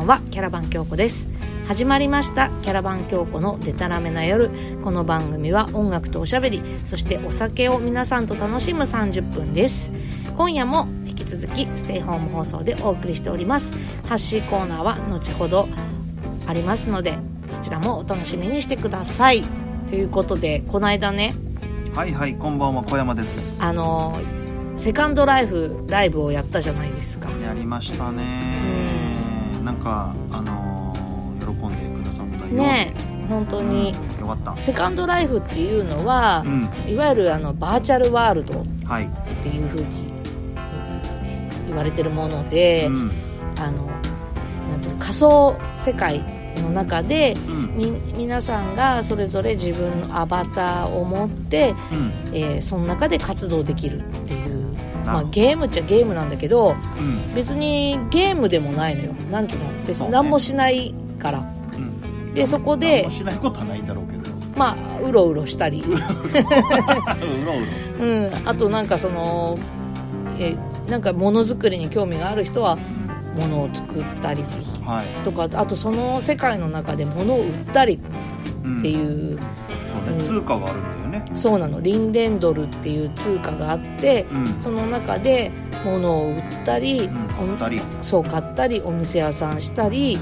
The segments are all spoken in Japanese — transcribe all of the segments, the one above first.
は、キャラバン京子です。始まりましたキャラバン京子のデタラメな夜。この番組は音楽とおしゃべり、そしてお酒を皆さんと楽しむ30分です。今夜も引き続きステイホーム放送でお送りしております。発信コーナーは後ほどありますので、そちらもお楽しみにしてください。ということで、この間ね、 はいはい、こんばんは、小山です。 セカンドライブをやったじゃないですか。 やりましたね。なんか喜んでくださったよね。本当に、 よかった。 セカンドライフっていうのは、いわゆるバーチャルワールドっていう風に言われてるもので、なんていう仮想世界の中で、皆さんがそれぞれ自分のアバターを持って、その中で活動できるっていう、ゲームっちゃゲームなんだけど、別にゲームでもないのよ。なんていうの、別に何もしないから、でそこで何もしないことはないんだろうけど、 うろうろしたりあとなんかなんかものづくりに興味がある人はものを作ったりとか、あとその世界の中でものを売ったりっていう、 通貨があるんだよね。 そうなの。リンデンドルっていう通貨があって、その中でものを売ったり、買ったり、お店屋さんしたり、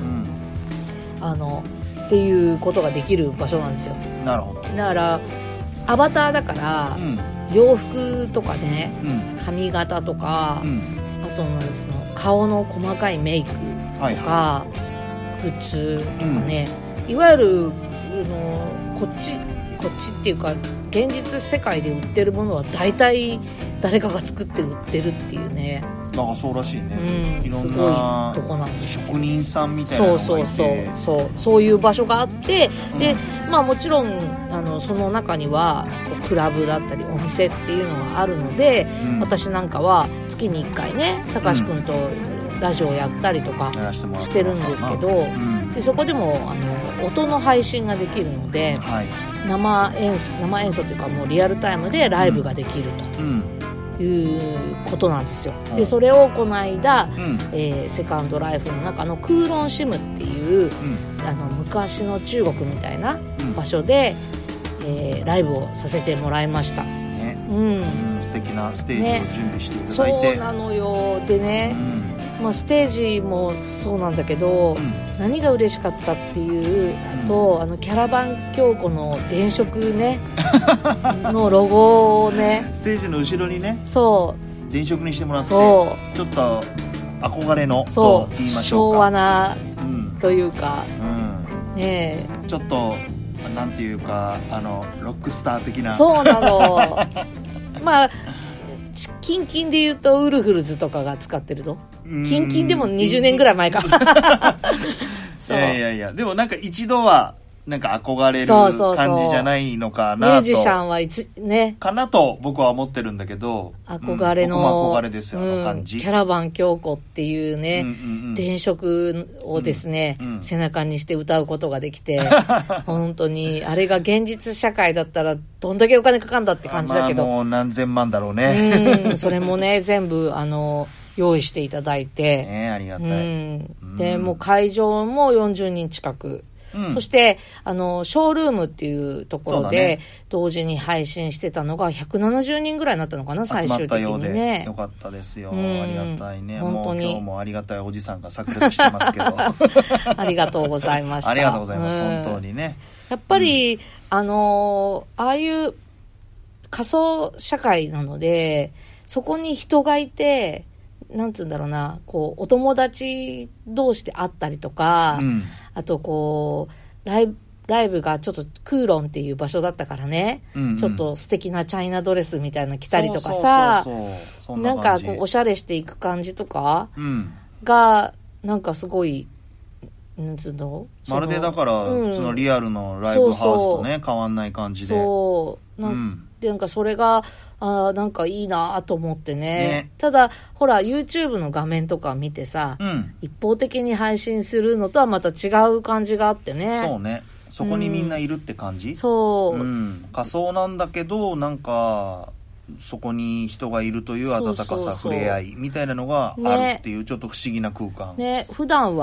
っていうことができる場所なんですよ。 なるほど。 だからアバターだから、洋服とかね、髪型とか、あと顔の細かいメイクとか、靴とかね、いわゆるこっちっていうか現実世界で売ってるものは大体誰かが作って売ってるっていうね。 なんかそうらしいね。いろんなすごいとこなんですよ。 職人さんみたいなのがいて、 そういう場所があって、でもちろんその中にはクラブだったりお店っていうのがあるので、私なんかは月に1回ね、高橋くんとラジオやったりとかしてるんですけど、でそこでも音の配信ができるので、生演奏というかもうリアルタイムでライブができるということなんですよ。でそれをこの間、セカンドライフの中のクーロンシムっていう、昔の中国みたいな場所で、ライブをさせてもらいました。 素敵なステージを準備していただいて、 そうなのよ。でね、ステージもそうなんだけど、何が嬉しかったっていう、あとキャラバン京子の電飾ねのロゴをね、 ステージの後ろにね、電飾にしてもらって、ちょっと憧れのと言いましょうか、 昭和な、というか、 ちょっとなんていうかロックスター的な。 そうなのキンキンで言うとウルフルズとかが使ってるの。キンキンでも20年ぐらい前かいやでもなんか一度はなんか憧れる感じじゃないのかなと。 ミュージシャンはかなと僕は思ってるんだけど、 憧れの、 僕も憧れですよ、感じ。 キャラバン京子っていうね、電飾をですね、背中にして歌うことができて本当にあれが現実社会だったらどんだけお金かかんだって感じだけど、 もう何千万だろうね。 それもね全部用意していただいて、 ありがたい。 でもう会場も40人近く、そしてショールームっていうところで同時に配信してたのが170人ぐらいになったのかな、最終的にね。 よかったですよ。ありがたいね。もう今日もありがたいおじさんが炸裂してますけどありがとうございました。 ありがとうございます、本当にね。 やっぱりああいう仮想社会なので、そこに人がいて、なんつうんだろうな、お友達同士で会ったりとか、あとライブがちょっとクーロンっていう場所だったからね、ちょっと素敵なチャイナドレスみたいな着たりとかさ、なんかおしゃれしていく感じとかが、なんかすごい、なんつうの、 まるでだから普通のリアルのライブハウスとね、変わんない感じで、なんかそれがなんかいいなと思ってね。ただほら YouTube の画面とか見てさ、一方的に配信するのとはまた違う感じがあってね。 そうね、そこにみんないるって感じ。仮想なんだけど、なんかそこに人がいるという温かさ、触れ合いみたいなのがあるっていう、ちょっと不思議な空間ね。普段は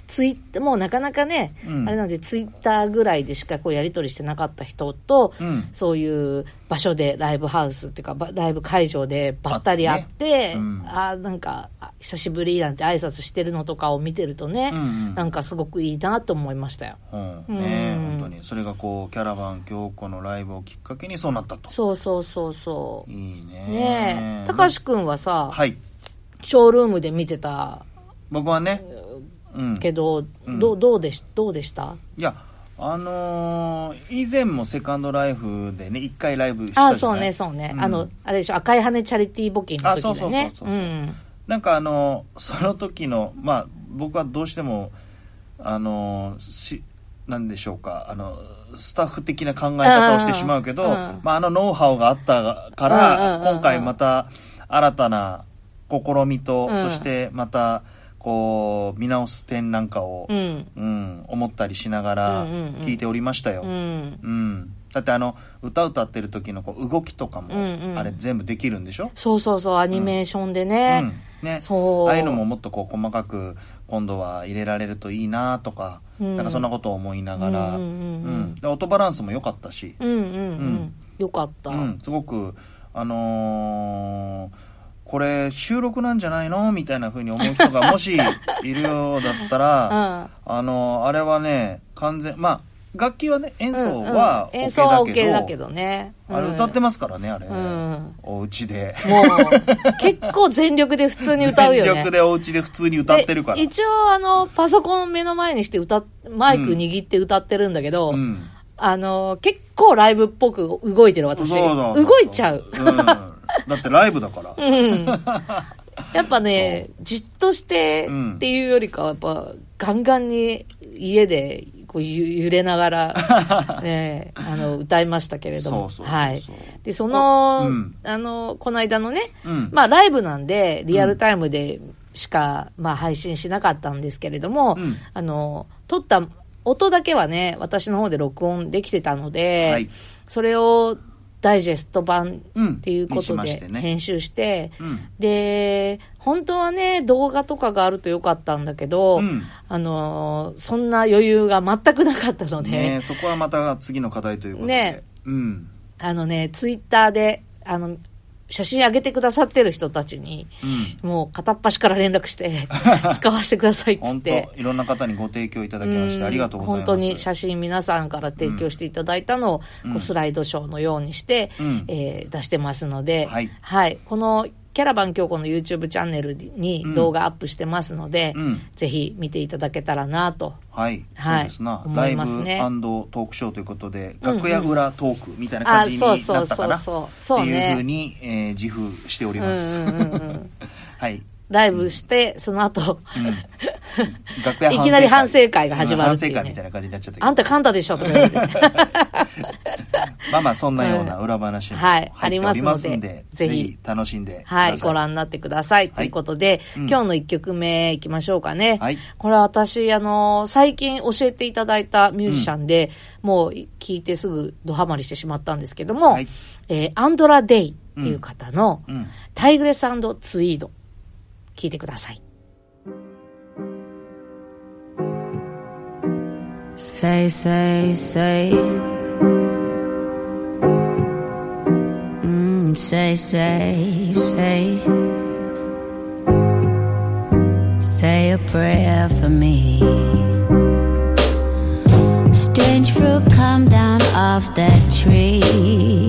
もうなかなかね、あれなんでツイッターぐらいでしかこうやり取りしてなかった人と、そういう場所でライブハウスっていうかライブ会場でばったり会って、なんか久しぶりなんて挨拶してるのとかを見てるとね、なんかすごくいいなと思いましたよ。 本当にそれがこうキャラバン京子のライブをきっかけにそうなったと。 そういいね。 ねえ、高橋くんはさ、ショールームで見てた。 僕はね。 けど、どうでした？ いや、以前もセカンドライフでね、一回ライブしたじゃない。 そうね。あれでしょ、赤い羽チャリティー募金の時でね。 そう。なんかその時の、僕はどうしても、なんでしょうか、スタッフ的な考え方をしてしまうけど、ノウハウがあったから、今回また新たな試みと、そしてまた、こう見直す点なんかを、思ったりしながら聞いておりましたよ。だって歌ってる時のこう動きとかも、あれ全部できるんでしょ？ そうアニメーションでね。 ああいうのももっとこう細かく今度は入れられるといいなとか、なんかそんなことを思いながら、で音バランスも良かったし、 良かった。 すごくこれ収録なんじゃないのみたいな風に思う人がもしいるようだったら、あれはね、完全、楽器はね、演奏は OK だけどね、あれ歌ってますからね、あれ、お家でもう結構全力で普通に歌うよね。 全力でお家で普通に歌ってるから。 一応パソコン目の前にしてマイク握って歌ってるんだけど、結構ライブっぽく動いてる私。動いちゃう。 だってライブだから。 やっぱね、じっとしてっていうよりかはやっぱガンガンに家でこう揺れながら、ね、歌いましたけれども。はい。で、この間のね、ライブなんでリアルタイムでしか、配信しなかったんですけれども、撮った音だけはね、私の方で録音できてたので、それをダイジェスト版っていうことで編集して、で、本当はね、動画とかがあるとよかったんだけど、そんな余裕が全くなかったので。 そこはまた次の課題ということで。 ツイッターで、写真上げてくださってる人たちに、もう片っ端から連絡して使わせてくださいって言って本当いろんな方にご提供いただきましてありがとうございます。 本当に写真皆さんから提供していただいたのを、こうスライドショーのようにして、出してますので、このキャラバン京子の YouTube チャンネルに動画アップしてますので、ぜひ見ていただけたらなと、 そうですな、思いますね。ライブ&トークショーということで、楽屋裏トークみたいな感じになったかなっていうふうに自負しております。 ライブして、その後、いきなり反省会が始まるっていう、 反省会みたいな感じになっちゃったけど。あんた噛んだでしょとか言われて。 そんなような裏話も入っておりますんで、ぜひ楽しんでください。 ご覧になってください。ということで、今日の1曲目いきましょうかね。これは私、最近教えていただいたミュージシャンで、もう聞いてすぐドハマりしてしまったんですけども、アンドラ・デイっていう方の、タイグレス&ツイード。聞いてください。 Say, say, say. Say, say, say. Say a prayer for me. Strange fruit come down off that tree.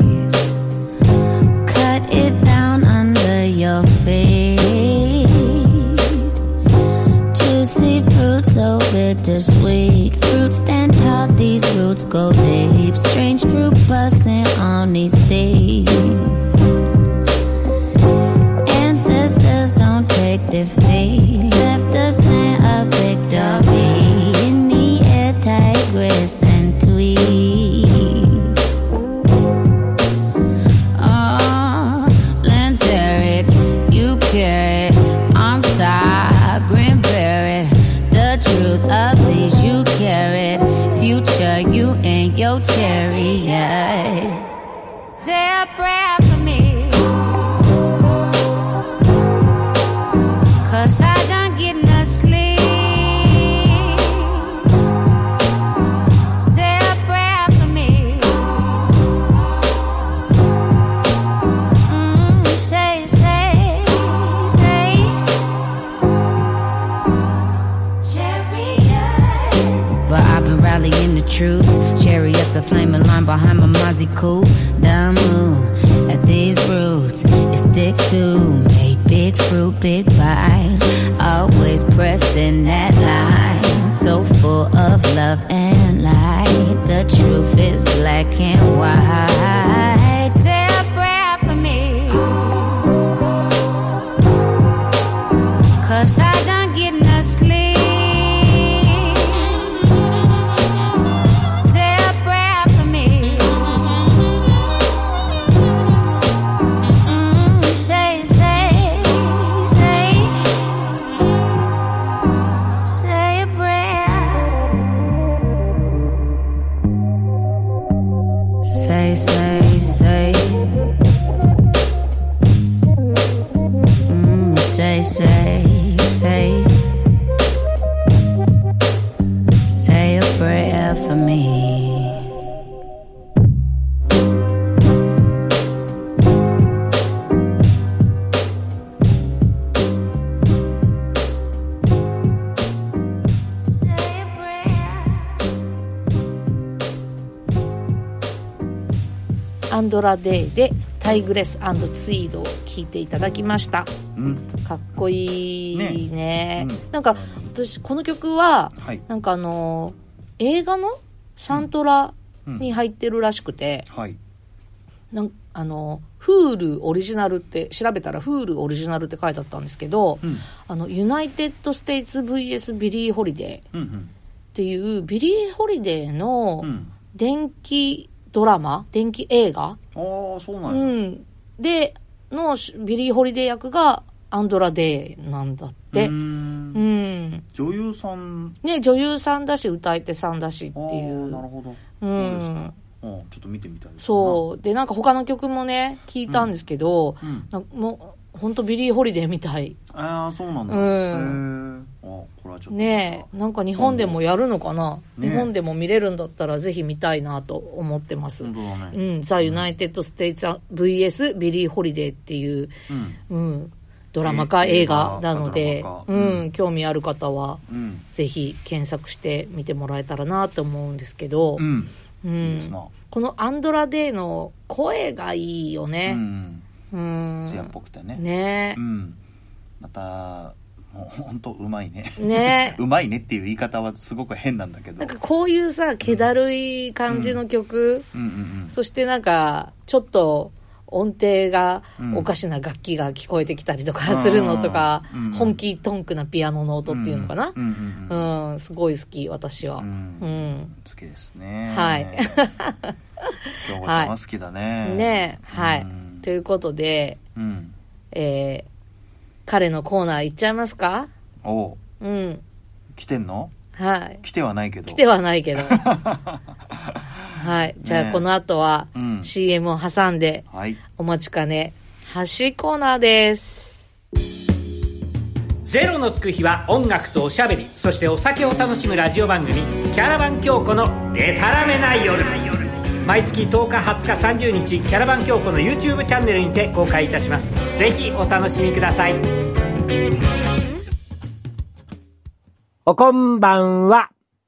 Cut it down under your feet. Juicy fruit, so bittersweet. Fruit stand tall, these roots go deep. Strange fruit busting on these thieves. Ancestors don't take defeat. Left the scent of victory in the air, tigress and tweed. Oh, Lanteric, you carry it. I'm tired, grim buried. The truth of these you carried. Future, you and your chariot. Say a prayer for me, 'cause I done get no sleep. troops. Chariots are flaming line behind my Mozzie coupe. Dumb move at these roots. It stick to me. Big fruit, big vibes. Always pressing that line. So full of love and light. The truth is black and white. Say a prayer for me. 'Cause I done getting no sleep. Say a prayer for me. アンドラデイでタイグレス&ツイードを聴いていただきました、かっこいい ね、なんか私この曲は、なんか映画のサントラに入ってるらしくて、Hulu オリジナルって調べたら Hulu オリジナルって書いてあったんですけど、ユナイテッドステイツ vs ビリー・ホリデーっていうビリー・ホリデーの電気ドラマ、電気映画、 そうなんや、 でのビリー・ホリデー役がアンドラ・デーなんだって。女優さんね、女優さんだし歌い手さんだしっていう。 なるほど。そうですか。ちょっと見てみたいです。 そうで、なんか他の曲もね聞いたんですけど、もう本当ビリー・ホリデーみたい。 そうなんだ。これはちょっとねえ、なんか日本でもやるのかな、日本でも見れるんだったらぜひ見たいなと思ってます。 本当だね。 ザ・ユナイテッド・ステイツ vs ビリー・ホリデーっていう、ドラマか映画なので、興味ある方は、ぜひ検索して見てもらえたらなと思うんですけど、このアンドラ・デーの声がいいよね。 艶っぽくてね。またもう本当うまいね。うまいねっていう言い方はすごく変なんだけど。 なんかこういうさ、気だるい感じの曲、そしてなんかちょっと音程がおかしな楽器が聞こえてきたりとかするのとか、本気トンクなピアノの音っていうのかな、すごい好き、私は。 好きですね。 はい。 京子ちゃんは好きだね。 ねえ、はい。ということで、彼のコーナー行っちゃいますか？来てんの？はい。来てはないけど。はい。じゃあこの後は CM を挟んで、お待ちかね、ハッシーコーナーです。 ゼロのつく日は音楽とおしゃべり、そしてお酒を楽しむラジオ番組、キャラバン京子のデタラメな夜。毎月10日、20日、30日、キャラバン京子の YouTube チャンネルにて公開いたします。ぜひお楽しみください。おこんばんは。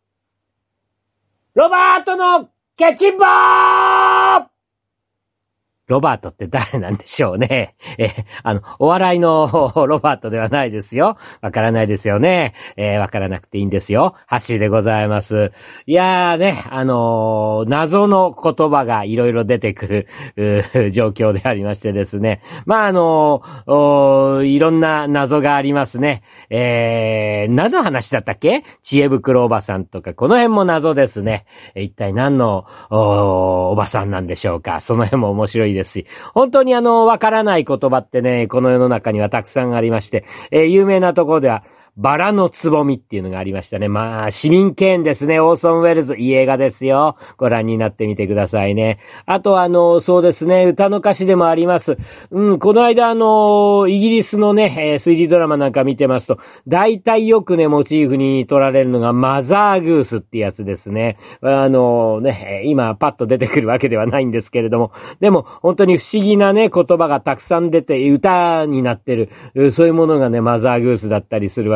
ロバートのキャッチンボー！ロバートって誰なんでしょうね。お笑いのロバートではないですよ。わからないですよね。わからなくていいんですよ。ハッシーでございます。いやーね、謎の言葉がいろいろ出てくる状況でありましてですね。まあ、いろんな謎がありますね。何の話だったっけ？知恵袋おばさんとか、この辺も謎ですね。一体何のおばさんなんでしょうか。その辺も面白いですし、本当にわからない言葉ってね、この世の中にはたくさんありまして、有名なところでは、バラのつぼみっていうのがありましたね。まあ、市民権ですね。オーソン・ウェルズ。いい映画ですよ。ご覧になってみてくださいね。あとそうですね、歌の歌詞でもあります。この間イギリスのね、推理ドラマなんか見てますと、大体よくね、モチーフに取られるのがマザーグースってやつですね。今パッと出てくるわけではないんですけれども、でも本当に不思議なね、言葉がたくさん出て、歌になってる、そういうものがね、マザーグースだったりするわけ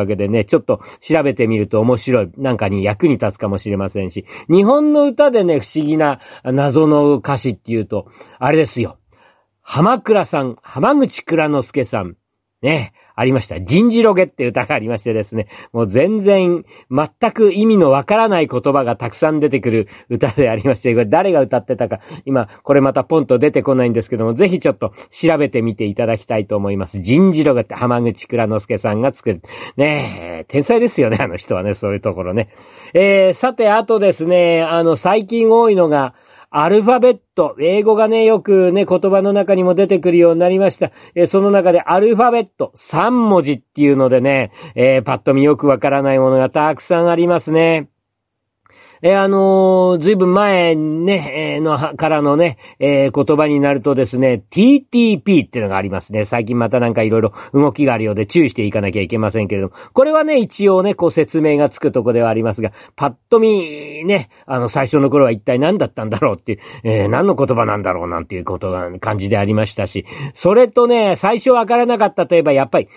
けでね、ちょっと調べてみると面白い、なんかに役に立つかもしれませんし、日本の歌でね、不思議な謎の歌詞っていうと、あれですよ。浜倉さん、浜口倉之介さん、ね、ありました。人事ロゲって歌がありましてですね、もう全然、全く意味のわからない言葉がたくさん出てくる歌でありまして、これ誰が歌ってたか、今、これまたポンと出てこないんですけども、ぜひちょっと調べてみていただきたいと思います。人事ロゲって浜口倉之介さんが作る。ねえ、天才ですよね、あの人はね、そういうところね。さて、あとですね、最近多いのが、アルファベット。英語がね、よくね、言葉の中にも出てくるようになりました。その中でアルファベット3文字っていうのでね、パッと見よくわからないものがたくさんありますね。ずいぶん前ね、からのね、言葉になるとですね、TTP っていうのがありますね。最近またなんかいろいろ動きがあるようで注意していかなきゃいけませんけれども、これはね、一応ね、こう説明がつくとこではありますが、パッと見ね、最初の頃は一体何だったんだろうっていう、何の言葉なんだろうなんていうことが感じでありましたし、それとね、最初わからなかったといえばやっぱり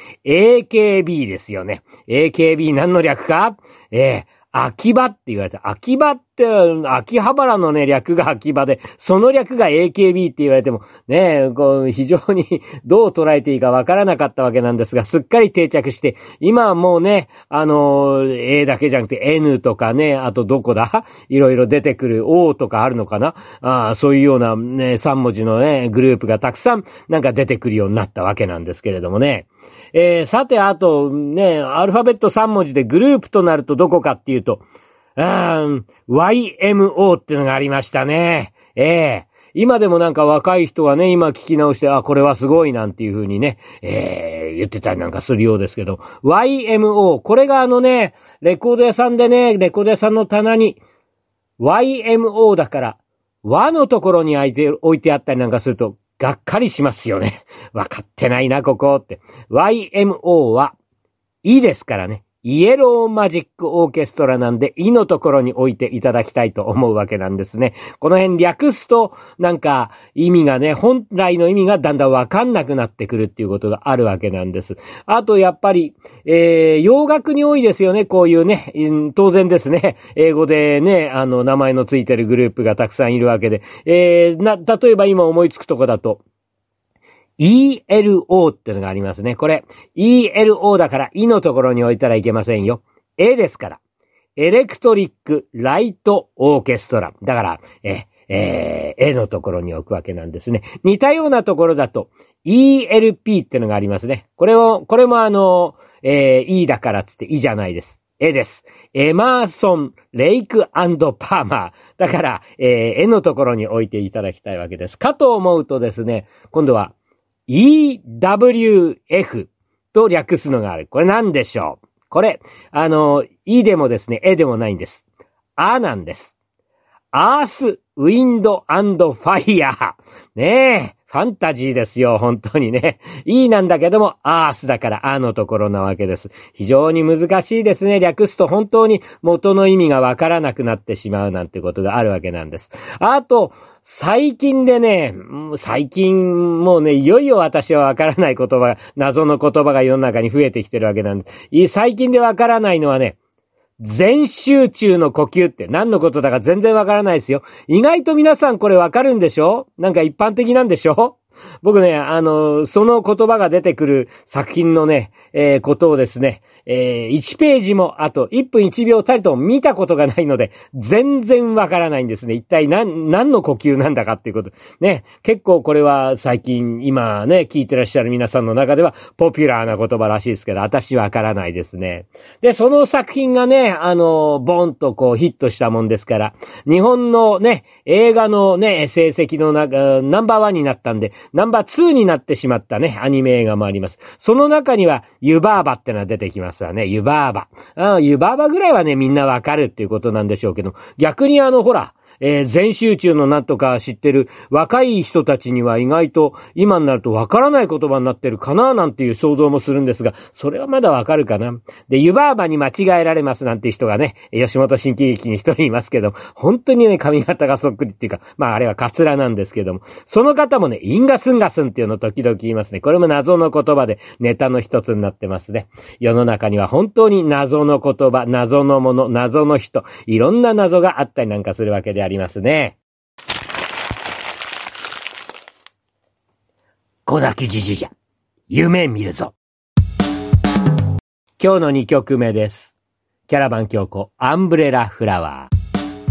AKB ですよね。AKB 何の略か秋葉って言われた。秋葉って、秋葉原のね、略が秋葉で、その略が AKB って言われても、ね、こう、非常にどう捉えていいかわからなかったわけなんですが、すっかり定着して、今はもうね、A だけじゃなくて N とかね、あとどこだいろいろ出てくる O とかあるのかなそういうようなね、3文字のね、グループがたくさんなんか出てくるようになったわけなんですけれどもね。さて、あとね、アルファベット3文字でグループとなるとどこかっていうと、YMO っていうのがありましたね。今でもなんか若い人はね、今聞き直して、これはすごいなんていう風にね、言ってたりなんかするようですけど、YMO、これがレコード屋さんでね、レコード屋さんの棚に、YMO だから、和のところに置いてあったりなんかすると、がっかりしますよね。わかってないな、ここって。YMO は、いいですからね。イエローマジックオーケストラなんで、いのところに置いていただきたいと思うわけなんですね。この辺略すと、なんか意味がね、本来の意味がだんだんわかんなくなってくるっていうことがあるわけなんです。あとやっぱり、洋楽に多いですよね、こういうね、当然ですね、英語でね、名前のついてるグループがたくさんいるわけで、例えば今思いつくとこだと、ELO ってのがありますね。これ、ELO だから、いのところに置いたらいけませんよ。A ですから。エレクトリック・ライト・オーケストラ。だから、A のところに置くわけなんですね。似たようなところだと、ELP ってのがありますね。これもE だからつって、いじゃないです。A です。エマーソン・レイク&パーマー。だから、A のところに置いていただきたいわけです。かと思うとですね、今度は、EWF と略すのがある。これ何でしょう？これ、E でもですね、A でもないんです。なんです。アース、ウィンド&ファイヤー。ねえ。ファンタジーですよ、本当にね。E なんだけども、アースだからのところなわけです。非常に難しいですね。略すと本当に元の意味がわからなくなってしまうなんてことがあるわけなんです。あと、最近でね、最近もうね、いよいよ私はわからない言葉、謎の言葉が世の中に増えてきてるわけなんです。最近でわからないのはね、全集中の呼吸って何のことだか全然わからないですよ。意外と皆さんこれわかるんでしょ？なんか一般的なんでしょ？僕ね、その言葉が出てくる作品のね、ことをですね、1ページも、あと1分1秒たりとも見たことがないので、全然わからないんですね。一体何の呼吸なんだかっていうこと。ね、結構これは最近、今ね、聞いてらっしゃる皆さんの中では、ポピュラーな言葉らしいですけど、私わからないですね。で、その作品がね、ボンとこうヒットしたもんですから、日本のね、映画のね、成績のナンバー1になったんで、ナンバー2になってしまったね、アニメ映画もあります。その中には、湯婆婆ってのは出てきますわね。湯婆婆。湯婆婆ぐらいはね、みんなわかるっていうことなんでしょうけど、逆にほら、 全集中のなんとか知ってる若い人たちには意外と今になるとわからない言葉になってるかななんていう想像もするんですが、それはまだわかるかな。で、湯婆婆に間違えられますなんていう人がね、吉本新喜劇に一人いますけど、本当にね、髪型がそっくりっていうか、まああれはカツラなんですけども、その方もね、インガスンガスンっていうのを時々言いますね。これも謎の言葉でネタの一つになってますね。世の中には本当に謎の言葉、謎のもの、謎の人、いろんな謎があったりなんかするわけでありますね。小泣きじじじゃ、夢見るぞ。今日の2曲目です。キャラバン京子、アンブレラフラワー。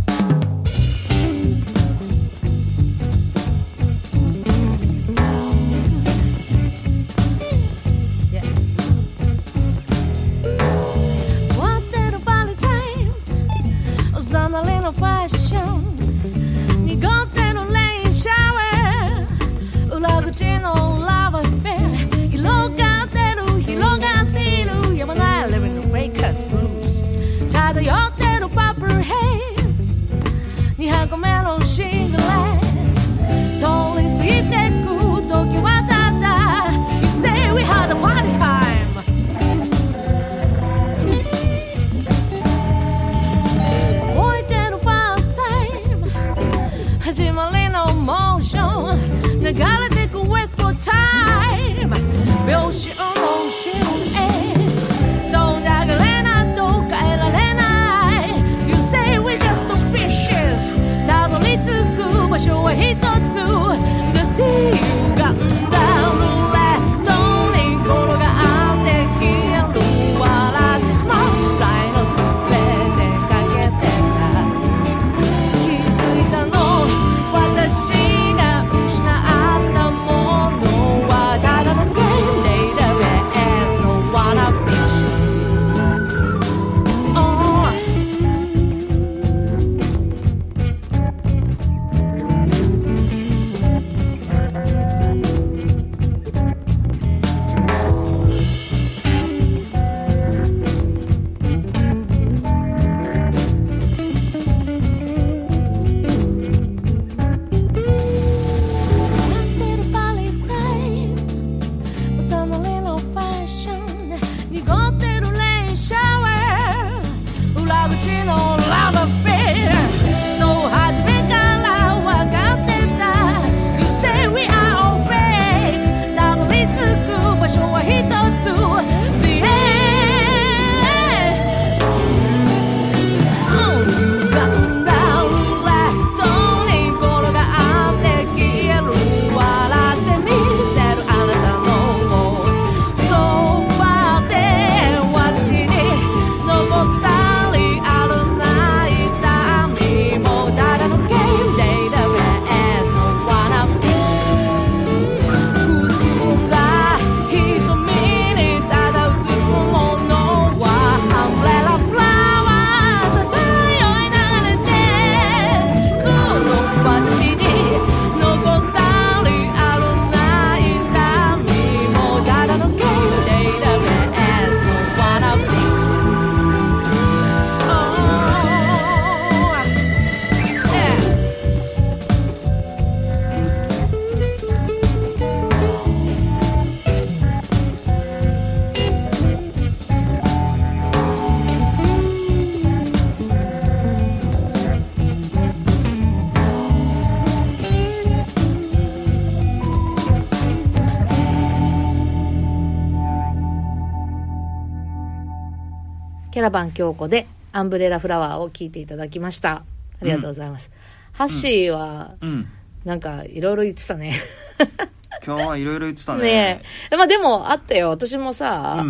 キャラバン京子でアンブレラフラワーを聴いていただきました。ありがとうございます。ハッシーは、なんかいろいろ言ってたね。 今日はいろいろ言ってたね。 ねえ。まあでもあったよ。私もさ、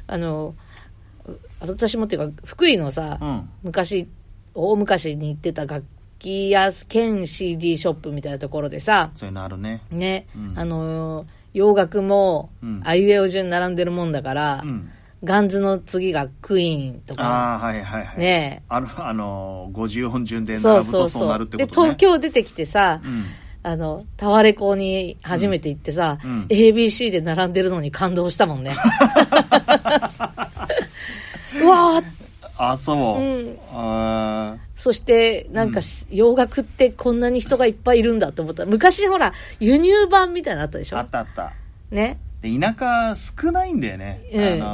私もっていうか、福井のさ、大昔に行ってた楽器屋兼 CD ショップみたいなところでさ、 そういうのあるね。 ね、洋楽も、あいうえお順並んでるもんだから、ガンズの次がクイーンとか。 はいはいはい。 ねえ。 50音順で並ぶとそうなるってことね。 で、東京出てきてさ、タワレコに初めて行ってさ、ABC で並んでるのに感動したもんね。うわー、 あ、そう。 そして、なんか、洋楽ってこんなに人がいっぱいいるんだと思った。昔ほら、輸入版みたいなのあったでしょ？ あったあった。 ね。 で、田舎少ないんだよね。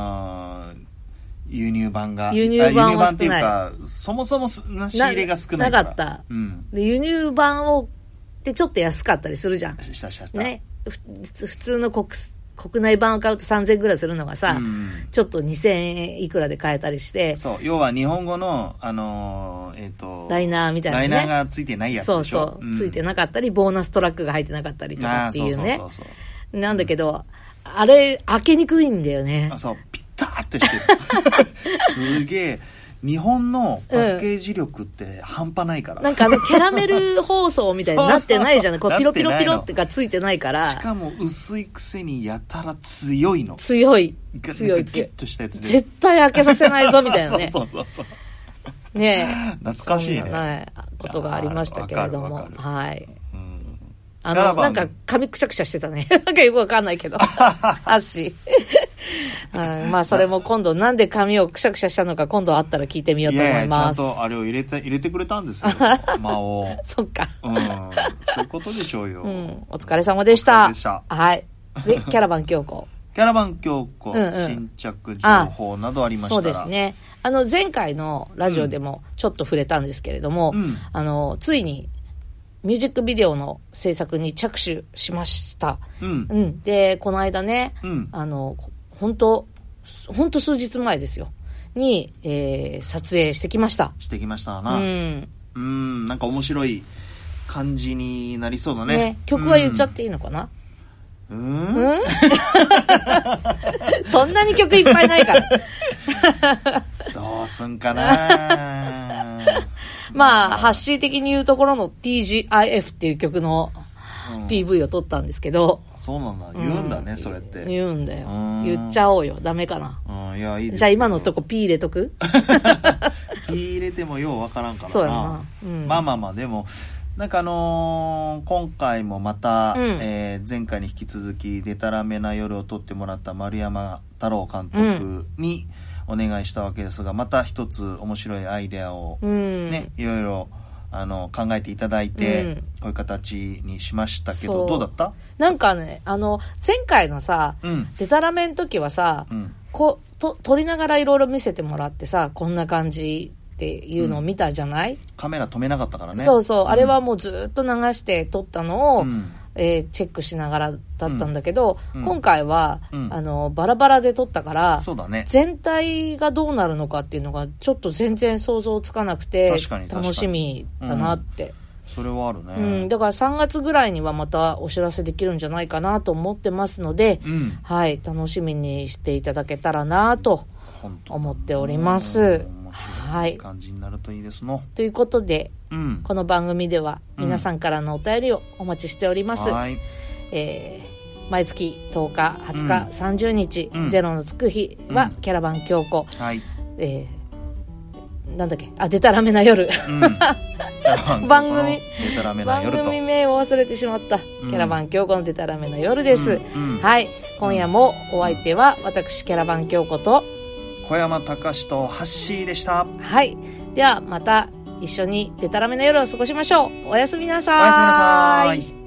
輸入版が。 輸入版は少ない。 っていうか、そもそも仕入れが少ないから。 なかった。で、輸入版ってちょっと安かったりするじゃん。 した。 ね。普通の国内版を買うと3000円くらいするのがさ、ちょっと2000円いくらで買えたりして。 そう。要は日本語の、 ライナーみたいなね。 ライナーがついてないやつでしょ。 そう。ついてなかったり、ボーナストラックが入ってなかったりとかっていうね。そう。なんだけど、あれ、開けにくいんだよね。 そう。ピッターってしてる。すげえ。日本のパッケージ力って半端ないから。 なんかキャラメル包装みたいになってないじゃん。こうピロピロピロってかついてないから。 しかも薄いくせにやたら強いの。 強い。 ギュッとしたやつで。 絶対開けさせないぞみたいなね。 そう。 ねえ。懐かしいね。 ことがありましたけれども。はい。なんか髪くしゃくしゃしてたね。なんかよくわかんないけど。足。まあそれも今度なんで髪をくしゃくしゃしたのか今度あったら聞いてみようと思います。 ちゃんとあれを入れてくれたんですよ。間を。 そっか。 そういうことでしょうよ。 お疲れ様でした。はい。で、キャラバン京子。 新着情報などありましたら。 そうですね。前回のラジオでもちょっと触れたんですけれども、ついに、ミュージックビデオの制作に着手しました。で、この間ね、本当数日前ですよ。に、撮影してきました。 してきましたな。なんか面白い感じになりそうだね。 曲は言っちゃっていいのかな？そんなに曲いっぱいないから。 どうすんかな。 まあ、ハッシー的に言うところの TGIF っていう曲の PV を撮ったんですけど。 そうなんだ。言うんだね、それって。 言うんだよ。言っちゃおうよ。ダメかな。 いや、いいです。 じゃあ今のとこ P 入れとく？ P 入れてもようわからんからな。 そうやな。 まあ、でも、なんか今回もまた、前回に引き続きデタラメな夜を撮ってもらった丸山太郎監督にお願いしたわけですが、また一つ面白いアイデアをね、いろいろ考えていただいて、こういう形にしましたけど、どうだった？ なんかね、前回のさ、デタラメの時はさ、撮りながらいろいろ見せてもらってさ、こんな感じっていうのを見たじゃない？ カメラ止めなかったからね。 そう、あれはもうずっと流して撮ったのを、チェックしながらだったんだけど、今回は、バラバラで撮ったから、 そうだね、 全体がどうなるのかっていうのがちょっと全然想像つかなくて、楽しみだなって。 それはあるね。 だから3月ぐらいにはまたお知らせできるんじゃないかなと思ってますので、はい、楽しみにしていただけたらなと思っております。 はい。感じになるといいですの。 ということで、この番組では皆さんからのお便りをお待ちしております。毎月10日、20日、30日、ゼロのつく日はキャラバン京子。なんだっけ、デタラメな夜。番組名を忘れてしまった。キャラバン京子のデタラメな夜です。はい。今夜もお相手は私キャラバン京子と小山隆とハッシーでした。 はい。ではまた一緒にデタラメな夜を過ごしましょう。おやすみなさい。 おやすみなさい。